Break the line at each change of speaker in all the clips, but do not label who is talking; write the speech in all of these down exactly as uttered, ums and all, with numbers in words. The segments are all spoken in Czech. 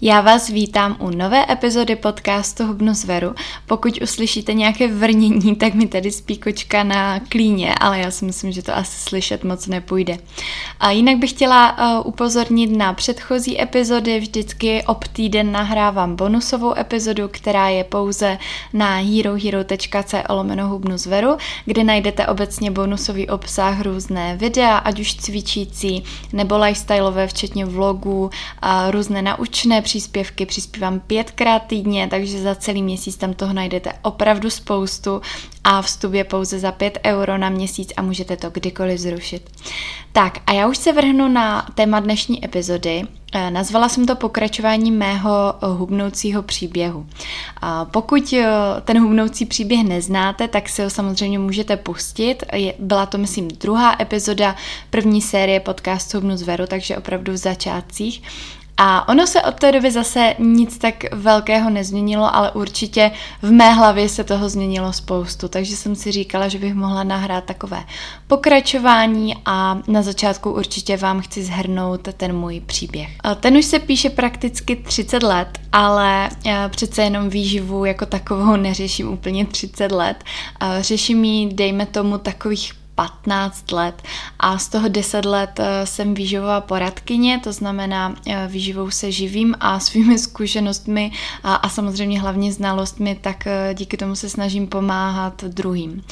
Já vás vítám u nové epizody podcastu Hubnu zveru. Pokud uslyšíte nějaké vrnění, tak mi tady spí kočka na klíně, ale já si myslím, že to asi slyšet moc nepůjde. A jinak bych chtěla uh, upozornit na předchozí epizody. Vždycky ob týden nahrávám bonusovou epizodu, která je pouze na herohero tečka co lomeno Hubnu zveru, kde najdete obecně bonusový obsah, různé videa, ať už cvičící nebo lifestyleové, včetně vlogů, a různé naučné příspěvky, přispívám pětkrát týdně, takže za celý měsíc tam toho najdete opravdu spoustu a vstup je pouze za pět euro na měsíc a můžete to kdykoliv zrušit. Tak a já už se vrhnu na téma dnešní epizody. Nazvala jsem to pokračování mého hubnoucího příběhu. Pokud ten hubnoucí příběh neznáte, tak si ho samozřejmě můžete pustit. Byla to, myslím, druhá epizoda první série podcastu Hubnu zveru, takže opravdu v začátcích. A ono se od té doby zase nic tak velkého nezměnilo, ale určitě v mé hlavě se toho změnilo spoustu, takže jsem si říkala, že bych mohla nahrát takové pokračování a na začátku určitě vám chci shrnout ten můj příběh. Ten už se píše prakticky třicet let, ale přece jenom výživu jako takovou neřeším úplně třicet let. Řeším ji, dejme tomu, takových patnáct let a z toho deset let jsem výživová poradkyně, to znamená výživou se živím a svými zkušenostmi a, a samozřejmě hlavně znalostmi, tak díky tomu se snažím pomáhat druhým.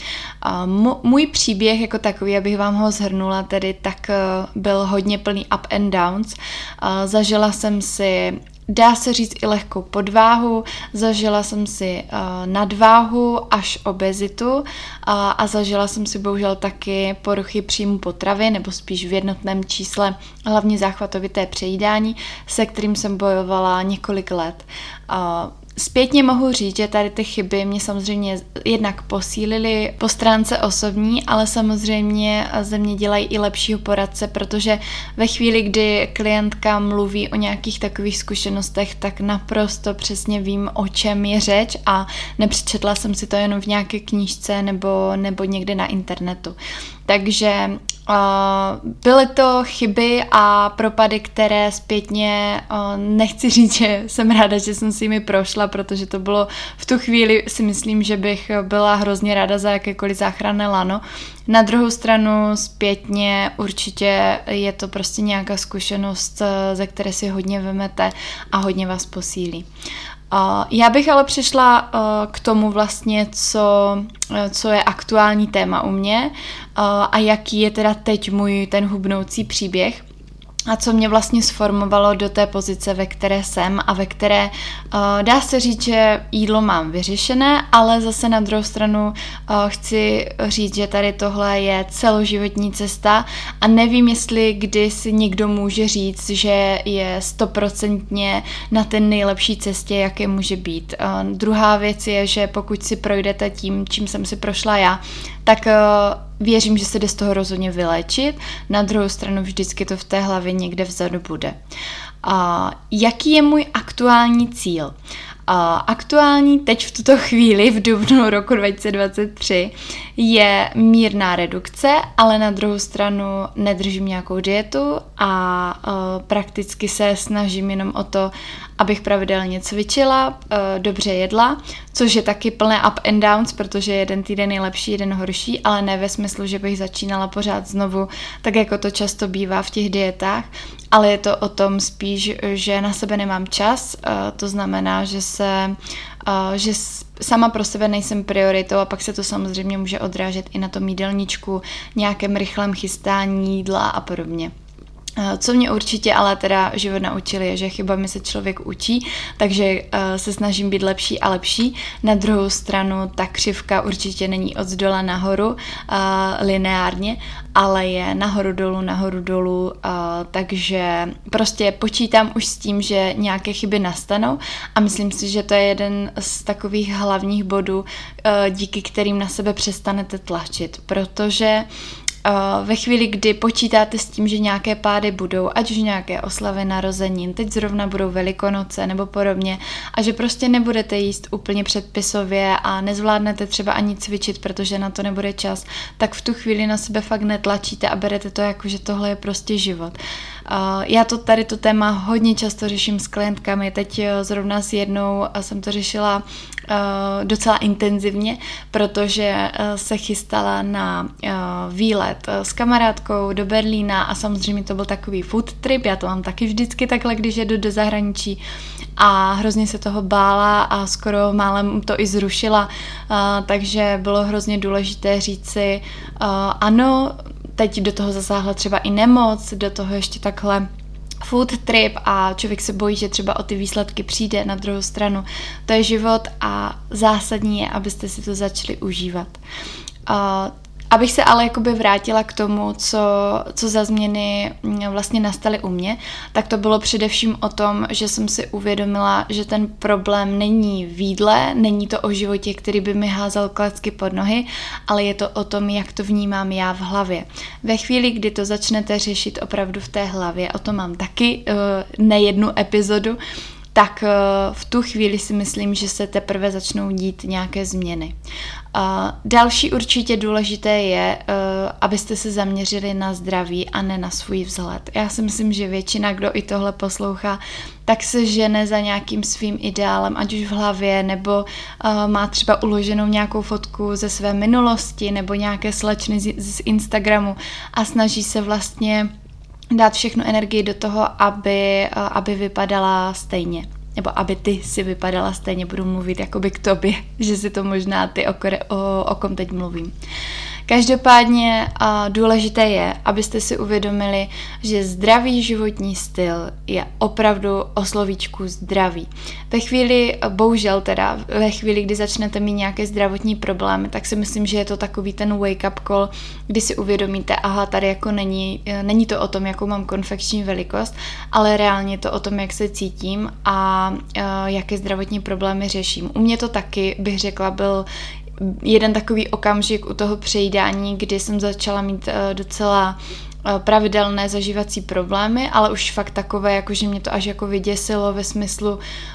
Můj příběh jako takový, abych vám ho shrnula, tedy tak byl hodně plný up and downs. Zažila jsem si, dá se říct, i lehkou podváhu, zažila jsem si uh, nadváhu až obezitu uh, a zažila jsem si bohužel taky poruchy příjmu potravy, nebo spíš v jednotném čísle hlavně záchvatovité přejídání, se kterým jsem bojovala několik let. Uh, Zpětně mohu říct, že tady ty chyby mě samozřejmě jednak posílily po stránce osobní, ale samozřejmě ze mě dělají i lepšího poradce, protože ve chvíli, kdy klientka mluví o nějakých takových zkušenostech, tak naprosto přesně vím, o čem je řeč a nepřečetla jsem si to jenom v nějaké knížce nebo, nebo někde na internetu. Takže uh, byly to chyby a propady, které zpětně uh, nechci říct, že jsem ráda, že jsem si jimi prošla, protože to bylo v tu chvíli, si myslím, že bych byla hrozně ráda za jakékoliv záchranné lano. Na druhou stranu zpětně určitě je to prostě nějaká zkušenost, ze které si hodně vemete a hodně vás posílí. Uh, já bych ale přišla uh, k tomu vlastně, co, uh, co je aktuální téma u mě uh, a jaký je teda teď můj ten hubnoucí příběh a co mě vlastně sformovalo do té pozice, ve které jsem a ve které uh, dá se říct, že jídlo mám vyřešené, ale zase na druhou stranu uh, chci říct, že tady tohle je celoživotní cesta a nevím, jestli kdy si někdo může říct, že je stoprocentně na té nejlepší cestě, jaké může být. Uh, druhá věc je, že pokud si projdete tím, čím jsem si prošla já, tak uh, věřím, že se jde z toho rozhodně vyléčit. Na druhou stranu vždycky to v té hlavě někde vzadu bude. Uh, jaký je můj aktuální cíl? Uh, aktuální teď v tuto chvíli, v dubnu roku dva tisíce dvacet tři, je mírná redukce, ale na druhou stranu nedržím nějakou dietu a uh, prakticky se snažím jenom o to, abych pravidelně cvičila, uh, dobře jedla, což je taky plné up and downs, protože jeden týden je lepší, jeden horší, ale ne ve smyslu, že bych začínala pořád znovu, tak jako to často bývá v těch dietách, ale je to o tom spíš, že na sebe nemám čas, uh, to znamená, že se Uh, že sama pro sebe nejsem prioritou a pak se to samozřejmě může odrážet i na tom jídelníčku, nějakém rychlém chystání jídla a podobně. Co mě určitě ale teda život naučil je, že chybami se člověk učí, takže uh, se snažím být lepší a lepší. Na druhou stranu ta křivka určitě není od zdola nahoru uh, lineárně, ale je nahoru dolů, nahoru dolů, uh, takže prostě počítám už s tím, že nějaké chyby nastanou a myslím si, že to je jeden z takových hlavních bodů, uh, díky kterým na sebe přestanete tlačit, protože Uh, ve chvíli, kdy počítáte s tím, že nějaké pády budou, ať už nějaké oslavy narozenin, teď zrovna budou Velikonoce nebo podobně, a že prostě nebudete jíst úplně předpisově a nezvládnete třeba ani cvičit, protože na to nebude čas, tak v tu chvíli na sebe fakt netlačíte a berete to jako, že tohle je prostě život. Já to tady to téma hodně často řeším s klientkami, teď zrovna s jednou jsem to řešila docela intenzivně, protože se chystala na výlet s kamarádkou do Berlína a samozřejmě to byl takový food trip, já to mám taky vždycky takhle, když jedu do zahraničí a hrozně se toho bála a skoro málem to i zrušila, takže bylo hrozně důležité říct si ano, teď do toho zasáhla třeba i nemoc, do toho ještě takhle food trip a člověk se bojí, že třeba o ty výsledky přijde. Na druhou stranu to je život a zásadní je, abyste si to začali užívat. Uh, Abych se ale jakoby vrátila k tomu, co, co za změny vlastně nastaly u mě, tak to bylo především o tom, že jsem si uvědomila, že ten problém není v jídle, není to o životě, který by mi házel klacky pod nohy, ale je to o tom, jak to vnímám já v hlavě. Ve chvíli, kdy to začnete řešit opravdu v té hlavě, o tom mám taky uh, nejednu epizodu, tak v tu chvíli si myslím, že se teprve začnou dít nějaké změny. Další určitě důležité je, abyste se zaměřili na zdraví a ne na svůj vzhled. Já si myslím, že většina, kdo i tohle poslouchá, tak se žene za nějakým svým ideálem, ať už v hlavě, nebo má třeba uloženou nějakou fotku ze své minulosti, nebo nějaké slečny z Instagramu a snaží se vlastně dát všechnu energii do toho, aby, aby vypadala stejně. Nebo aby ty si vypadala stejně, budu mluvit jakoby k tobě, že si to možná ty, o, o, o kom teď mluvím. Každopádně důležité je, abyste si uvědomili, že zdravý životní styl je opravdu o slovíčku zdraví. Ve chvíli, bohužel teda, ve chvíli, kdy začnete mít nějaké zdravotní problémy, tak si myslím, že je to takový ten wake-up call, kdy si uvědomíte, aha, tady jako není, není to o tom, jakou mám konfekční velikost, ale reálně to o tom, jak se cítím a jaké zdravotní problémy řeším. U mě to taky, bych řekla, byl jeden takový okamžik u toho přejídání, kdy jsem začala mít docela pravidelné zažívací problémy, ale už fakt takové, jako že mě to až jako vyděsilo ve smyslu,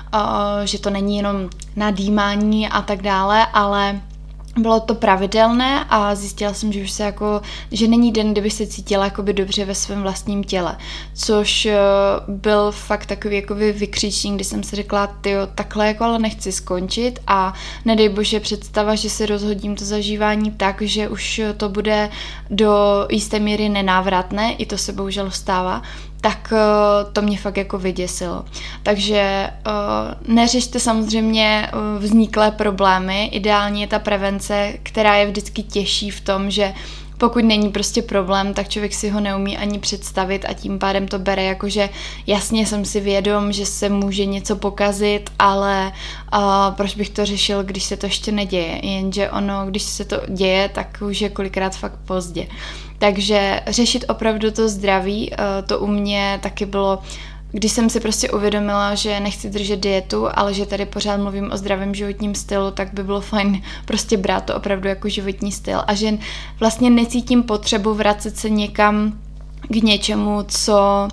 že to není jenom nadýmání a tak dále, ale bylo to pravidelné a zjistila jsem, že už se jako, že není den, kdyby se cítila jakoby dobře ve svém vlastním těle, což byl fakt takový jakoby vykřičník, kdy jsem si řekla, tyjo, takhle jako ale nechci skončit a nedej bože představa, že se rozhodím to zažívání tak, že už to bude do jisté míry nenávratné, i to se bohužel stává, tak to mě fakt jako vyděsilo. Takže neřešte samozřejmě vzniklé problémy, ideálně je ta prevence, která je vždycky těžší v tom, že pokud není prostě problém, tak člověk si ho neumí ani představit a tím pádem to bere jako, že jasně jsem si vědom, že se může něco pokazit, ale uh, proč bych to řešil, když se to ještě neděje. Jenže ono, když se to děje, tak už je kolikrát fakt pozdě. Takže řešit opravdu to zdraví, uh, to u mě taky bylo, když jsem si prostě uvědomila, že nechci držet dietu, ale že tady pořád mluvím o zdravém životním stylu, tak by bylo fajn prostě brát to opravdu jako životní styl a že vlastně necítím potřebu vracet se někam k něčemu, co,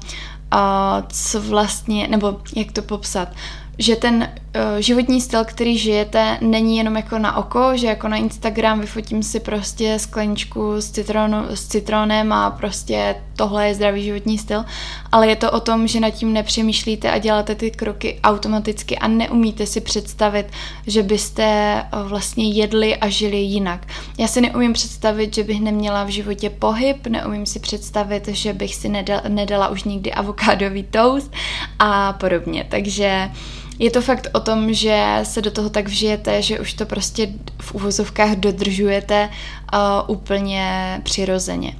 uh, co vlastně, nebo jak to popsat, že ten uh, životní styl, který žijete, není jenom jako na oko, že jako na Instagram vyfotím si prostě skleničku s, citronu, s citronem a prostě tohle je zdravý životní styl, ale je to o tom, že nad tím nepřemýšlíte a děláte ty kroky automaticky a neumíte si představit, že byste uh, vlastně jedli a žili jinak. Já si neumím představit, že bych neměla v životě pohyb, neumím si představit, že bych si nedala, nedala už nikdy avokádový toast a podobně, takže je to fakt o tom, že se do toho tak vžijete, že už to prostě v uvozovkách dodržujete uh, úplně přirozeně.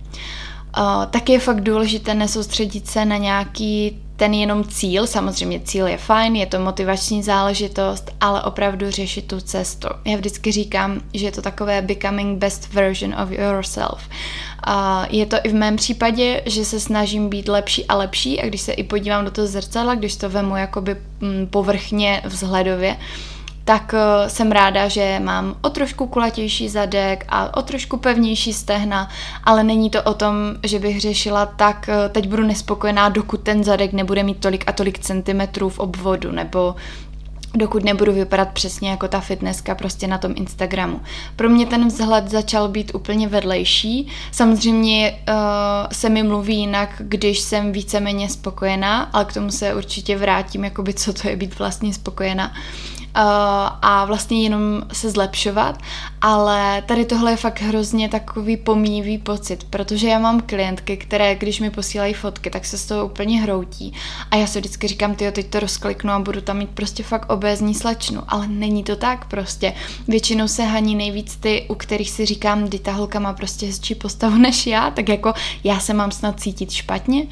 Uh, taky je fakt důležité nesoustředit se na nějaký ten jenom cíl, samozřejmě cíl je fajn, je to motivační záležitost, ale opravdu řešit tu cestu. Já vždycky říkám, že je to takové becoming best version of yourself. Uh, je to i v mém případě, že se snažím být lepší a lepší a když se i podívám do toho zrcadla, když to vemu jakoby mm, povrchně vzhledově, tak uh, jsem ráda, že mám o trošku kulatější zadek a o trošku pevnější stehna, ale není to o tom, že bych řešila tak, uh, teď budu nespokojená, dokud ten zadek nebude mít tolik a tolik centimetrů v obvodu, nebo dokud nebudu vypadat přesně jako ta fitnesska prostě na tom Instagramu. Pro mě ten vzhled začal být úplně vedlejší. Samozřejmě uh, se mi mluví jinak, když jsem víceméně spokojená, ale k tomu se určitě vrátím, jakoby co to je být vlastně spokojená. Uh, a vlastně jenom se zlepšovat, ale tady tohle je fakt hrozně takový pomíjivý pocit, protože já mám klientky, které, když mi posílají fotky, tak se z toho úplně hroutí a já si vždycky říkám, tyjo, teď to rozkliknu a budu tam mít prostě fakt obézní slečnu, ale není to tak prostě. Většinou se haní nejvíc ty, u kterých si říkám, kdy ta holka má prostě hezčí postavu než já, tak jako já se mám snad cítit špatně,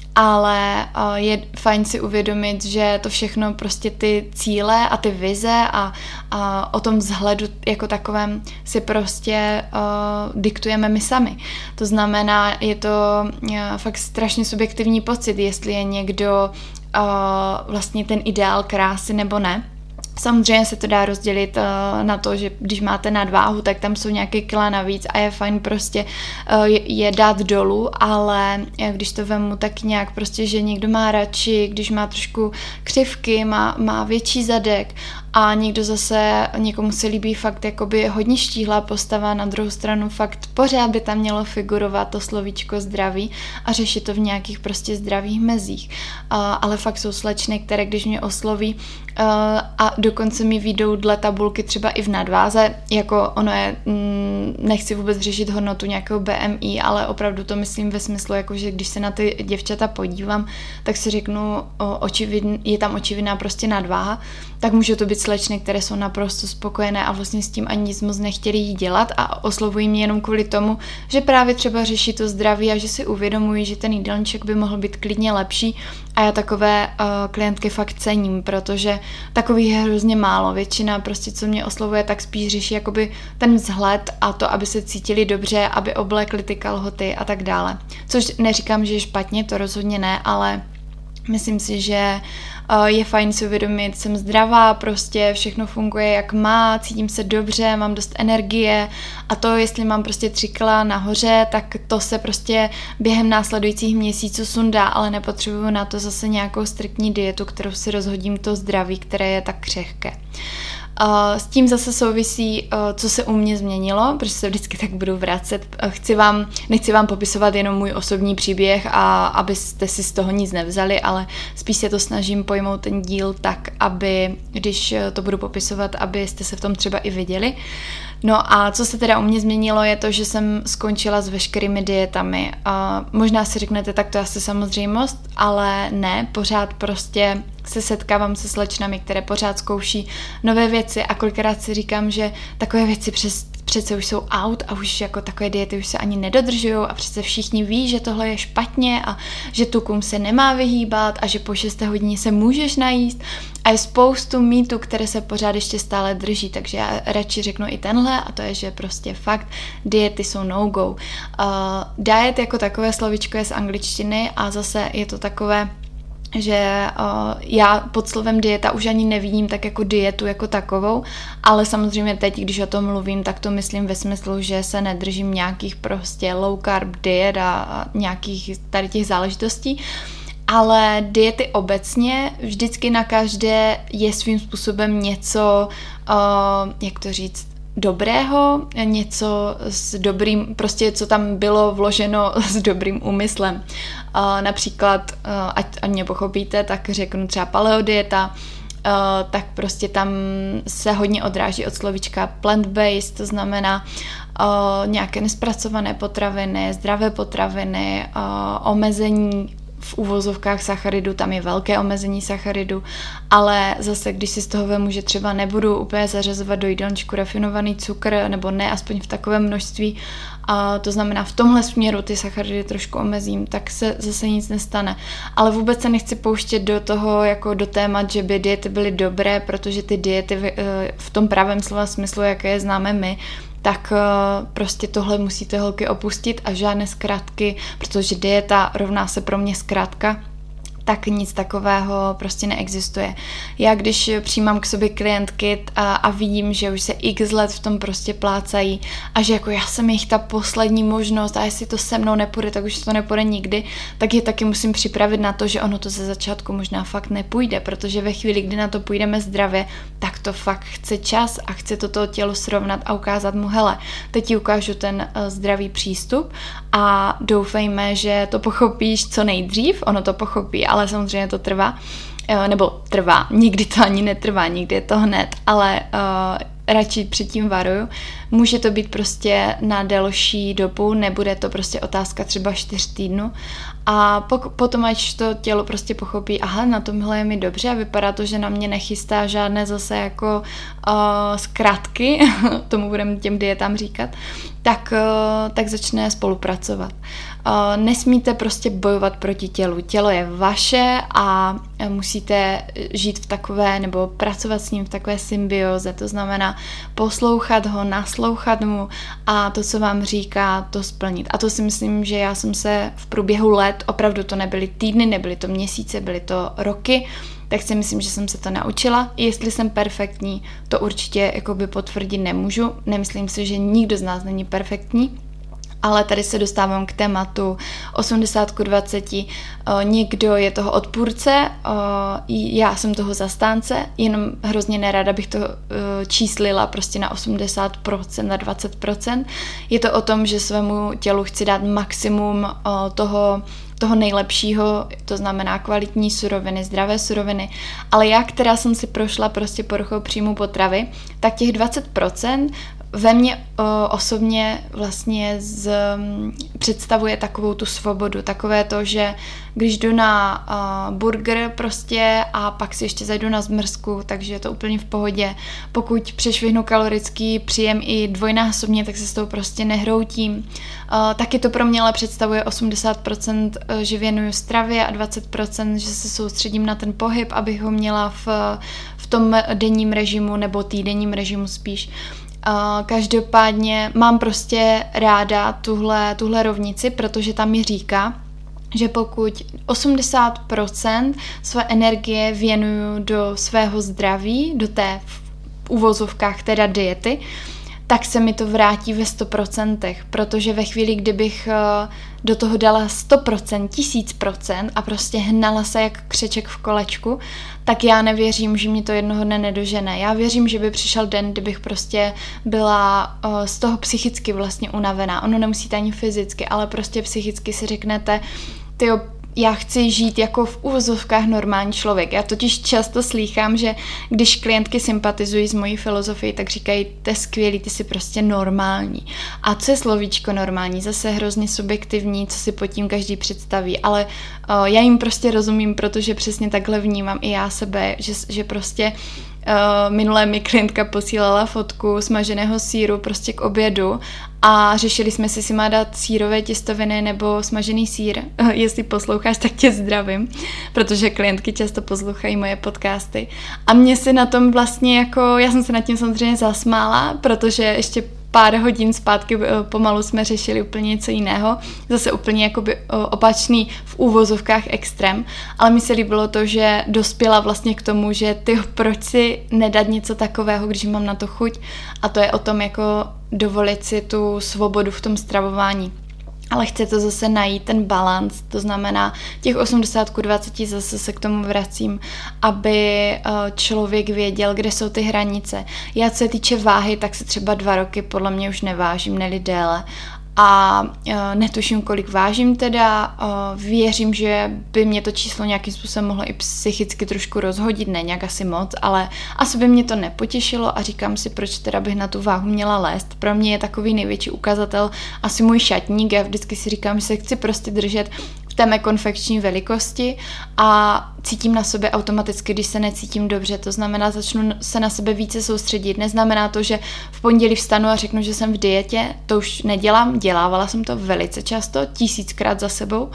ale je fajn si uvědomit, že to všechno prostě ty cíle a ty vize a, a o tom vzhledu jako takovém si prostě uh, diktujeme my sami. To znamená, je to uh, fakt strašně subjektivní pocit, jestli je někdo uh, vlastně ten ideál krásy nebo ne. Samozřejmě se to dá rozdělit uh, na to, že když máte nadváhu, tak tam jsou nějaké kila navíc a je fajn prostě uh, je dát dolů, ale když to vemu tak nějak prostě, že někdo má radši, když má trošku křivky, má, má větší zadek a někdo zase, někomu se líbí fakt jakoby hodně štíhlá postava, na druhou stranu fakt pořád by tam mělo figurovat to slovíčko zdraví a řešit to v nějakých prostě zdravých mezích. Uh, ale fakt jsou slečny, které když mě osloví uh, a dokonce mi vyjdou dle tabulky třeba i v nadváze, jako ono je, mm, nechci vůbec řešit hodnotu nějakého B M I, ale opravdu to myslím ve smyslu, jako že když se na ty děvčata podívám, tak si řeknu, o, očividn, je tam očividná prostě nadváha, tak může to být slečny, které jsou naprosto spokojené a vlastně s tím ani nic moc nechtěli jí dělat a oslovují mě jenom kvůli tomu, že právě třeba řeší to zdraví a že si uvědomují, že ten jídelníček by mohl být klidně lepší a já takové uh, klientky fakt cením, protože takových je hrozně málo. Většina prostě, co mě oslovuje, tak spíš řeší jakoby ten vzhled a to, aby se cítili dobře, aby oblékli ty kalhoty a tak dále. Což neříkám, že je špatně, to rozhodně ne, ale myslím si, že je fajn si uvědomit, jsem zdravá, prostě všechno funguje jak má, cítím se dobře, mám dost energie a to, jestli mám prostě tři kila nahoře, tak to se prostě během následujících měsíců sundá, ale nepotřebuju na to zase nějakou striktní dietu, kterou si rozhodím to zdraví, které je tak křehké. S tím zase souvisí, co se u mě změnilo, protože se vždycky tak budu vracet. Chci vám, nechci vám popisovat jenom můj osobní příběh a abyste si z toho nic nevzali, ale spíš se to snažím pojmout ten díl tak, aby, když to budu popisovat, abyste se v tom třeba i viděli. No a co se teda u mě změnilo je to, že jsem skončila s veškerými dietami. A možná si řeknete, tak to je asi samozřejmost, ale ne, pořád prostě se setkávám se slečnami, které pořád zkouší nové věci a kolikrát si říkám, že takové věci přes, přece už jsou out a už jako takové diety už se ani nedodržujou a přece všichni ví, že tohle je špatně a že tukům se nemá vyhýbat a že po šesté hodině se můžeš najíst a je spoustu mýtů, které se pořád ještě stále drží, takže já radši řeknu i tenhle a to je, že prostě fakt diety jsou no-go. Uh, diet jako takové slovíčko je z angličtiny a zase je to takové, že uh, já pod slovem dieta už ani nevidím tak jako dietu jako takovou, ale samozřejmě teď, když o tom mluvím, tak to myslím ve smyslu, že se nedržím nějakých prostě low carb diet a, a nějakých tady těch záležitostí, ale diety obecně vždycky na každé je svým způsobem něco, uh, jak to říct, dobrého, něco s dobrým, prostě co tam bylo vloženo s dobrým úmyslem. Uh, například, uh, ať, ať mě pochopíte, tak řeknu třeba paleodieta, uh, tak prostě tam se hodně odráží od slovíčka plant-based, to znamená uh, nějaké nespracované potraviny, zdravé potraviny, uh, omezení v uvozovkách sacharidu, tam je velké omezení sacharidu, ale zase, když si z toho vemu, že třeba nebudu úplně zařazovat do jídelníčku rafinovaný cukr, nebo ne, aspoň v takovém množství, a to znamená v tomhle směru ty sacharidy trošku omezím, tak se zase nic nestane. Ale vůbec se nechci pouštět do toho, jako do témat, že by diety byly dobré, protože ty diety v, v tom pravém slova smyslu, jaké je známe my, tak prostě tohle musíte holky opustit a žádné zkratky, protože dieta rovná se pro mě zkratka, tak nic takového prostě neexistuje. Já když přijímám k sobě klientky a, a vidím, že už se x let v tom prostě plácají a že jako já jsem jich ta poslední možnost a jestli to se mnou nepůjde, tak už to nepůjde nikdy, tak je taky musím připravit na to, že ono to ze začátku možná fakt nepůjde, protože ve chvíli, kdy na to půjdeme zdravě, tak to fakt chce čas a chce toto tělo srovnat a ukázat mu, hele, teď ti ukážu ten uh, zdravý přístup a doufejme, že to pochopíš co nejdřív, ono to pochopí, ale samozřejmě to trvá, uh, nebo trvá, nikdy to ani netrvá, nikdy je to hned, ale uh, radši předtím varuju. Může to být prostě na delší dobu, nebude to prostě otázka třeba čtyř týdnů a pok- potom, až to tělo prostě pochopí, aha, na tomhle je mi dobře a vypadá to, že na mě nechystá žádné zase jako uh, zkratky, tomu budeme těm dietám říkat, tak, uh, tak začne spolupracovat. Uh, nesmíte prostě bojovat proti tělu. Tělo je vaše a musíte žít v takové, nebo pracovat s ním v takové symbioze, to znamená poslouchat ho, naslouchat mu a to, co vám říká, to splnit. A to si myslím, že já jsem se v průběhu let, opravdu to nebyly týdny, nebyly to měsíce, byly to roky, tak si myslím, že jsem se to naučila. Jestli jsem perfektní, to určitě jakoby potvrdit nemůžu. Nemyslím si, že nikdo z nás není perfektní. Ale tady se dostávám k tématu osmdesát ku dvaceti. Někdo je toho odpůrce, já jsem toho zastánce, jenom hrozně nerada bych to číslila prostě na osmdesát procent, na dvacet procent. Je to o tom, že svému tělu chci dát maximum toho, toho nejlepšího, to znamená kvalitní suroviny, zdravé suroviny, ale já, která jsem si prošla prostě poruchou příjmu potravy, tak těch dvacet procent ve mně o, osobně vlastně z, m, představuje takovou tu svobodu, takové to, že když jdu na uh, burger prostě a pak si ještě zajdu na zmrzku, takže je to úplně v pohodě. Pokud přešvihnu kalorický příjem i dvojnásobně, tak se s tou prostě nehroutím. Uh, taky to pro mě ale představuje osmdesát procent, že věnuju stravě a dvacet procent, že se soustředím na ten pohyb, abych ho měla v, v tom denním režimu nebo týdenním režimu spíš. Uh, každopádně mám prostě ráda tuhle, tuhle rovnici, protože tam mi říká, že pokud osmdesát procent své energie věnuju do svého zdraví, do té v uvozovkách teda diety, tak se mi to vrátí ve sto procent, protože ve chvíli, kdybych do toho dala sto procent, tisíc procent a prostě hnala se jak křeček v kolečku, tak já nevěřím, že mi to jednoho dne nedožene. Já věřím, že by přišel den, kdybych prostě byla z toho psychicky vlastně unavená. Ono nemusíte ani fyzicky, ale prostě psychicky si řeknete, tyjo, já chci žít jako v uvozovkách normální člověk. Já totiž často slýchám, že když klientky sympatizují s mojí filozofií, tak říkají, to je skvělý, ty jsi prostě normální. A co je slovíčko normální? Zase hrozně subjektivní, co si pod tím každý představí, ale uh, já jim prostě rozumím, protože přesně takhle vnímám i já sebe, že, že prostě Uh, minulé mi klientka posílala fotku smaženého sýru prostě k obědu a řešili jsme si, si má dát sýrové těstoviny nebo smažený sýr. Uh, jestli posloucháš, tak tě zdravím, protože klientky často poslouchají moje podcasty. A mě se na tom vlastně jako, já jsem se nad tím samozřejmě zasmála, protože ještě pár hodin zpátky pomalu jsme řešili úplně něco jiného, zase úplně jakoby opačný v úvozovkách extrém, ale mi se líbilo to, že dospěla vlastně k tomu, že ty proč si nedat něco takového, když mám na to chuť, a to je o tom jako dovolit si tu svobodu v tom stravování. Ale chce to zase najít ten balans, to znamená těch osmdesát ku dvaceti, zase se k tomu vracím, aby člověk věděl, kde jsou ty hranice. Já co se týče váhy, tak se třeba dva roky podle mě už nevážím, ne déle. A uh, netuším, kolik vážím teda, uh, věřím, že by mě to číslo nějakým způsobem mohlo i psychicky trošku rozhodit, ne nějak asi moc, ale asi by mě to nepotěšilo a říkám si, proč teda bych na tu váhu měla lézt. Pro mě je takový největší ukazatel asi můj šatník, já vždycky si říkám, že se chci prostě držet v té mé konfekční velikosti a cítím na sobě automaticky, když se necítím dobře, to znamená, začnu se na sebe více soustředit. Neznamená to, že v pondělí vstanu a řeknu, že jsem v dietě, to už nedělám, dělávala jsem to velice často, tisíckrát za sebou,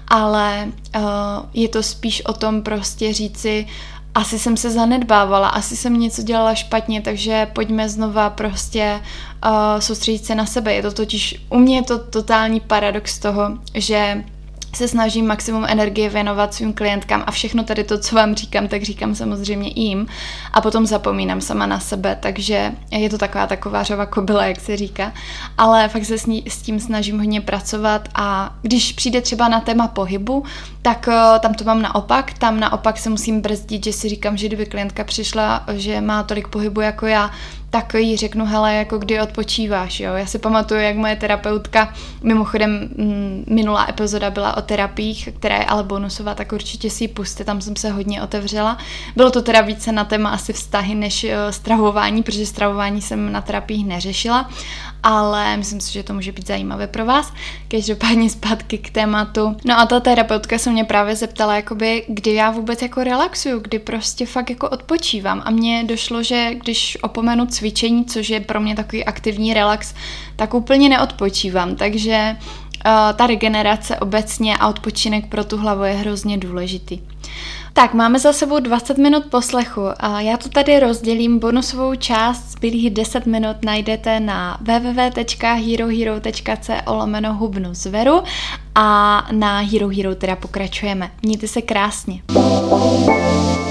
ale uh, je to spíš o tom prostě říci, asi jsem se zanedbávala, asi jsem něco dělala špatně, takže pojďme znova prostě uh, soustředit se na sebe. Je to totiž, u mě je to totální paradox toho, že se snažím maximum energie věnovat svým klientkám a všechno tady to, co vám říkám, tak říkám samozřejmě i jim a potom zapomínám sama na sebe, takže je to taková taková řova kobyla, jak se říká, ale fakt se s, ní, s tím snažím hodně pracovat a když přijde třeba na téma pohybu, tak uh, tam to mám naopak, tam naopak se musím brzdit, že si říkám, že kdyby klientka přišla, že má tolik pohybu jako já, tak jí řeknu, hele, jako kdy odpočíváš, jo. Já si pamatuju, jak moje terapeutka, mimochodem m, minulá epizoda byla o terapiích, která je ale bonusová, tak určitě si ji puste, tam jsem se hodně otevřela. Bylo to teda více na téma asi vztahy než uh, stravování, protože stravování jsem na terapiích neřešila, ale myslím si, že to může být zajímavé pro vás. Každopádně zpátky k tématu. No a ta terapeutka se mě právě zeptala, jakoby, kdy já vůbec jako relaxuju, kdy prostě fakt jako odpočívám a mně došlo, že když opomenu cvičení, což je pro mě takový aktivní relax, tak úplně neodpočívám, takže uh, ta regenerace obecně a odpočinek pro tu hlavu je hrozně důležitý. Tak, máme za sebou dvacet minut poslechu. Já to tady rozdělím, bonusovou část, zbylých deset minut najdete na w w w tečka hero hero tečka c o lomeno hubnu zveru a na Hero Hero teda pokračujeme. Mějte se krásně.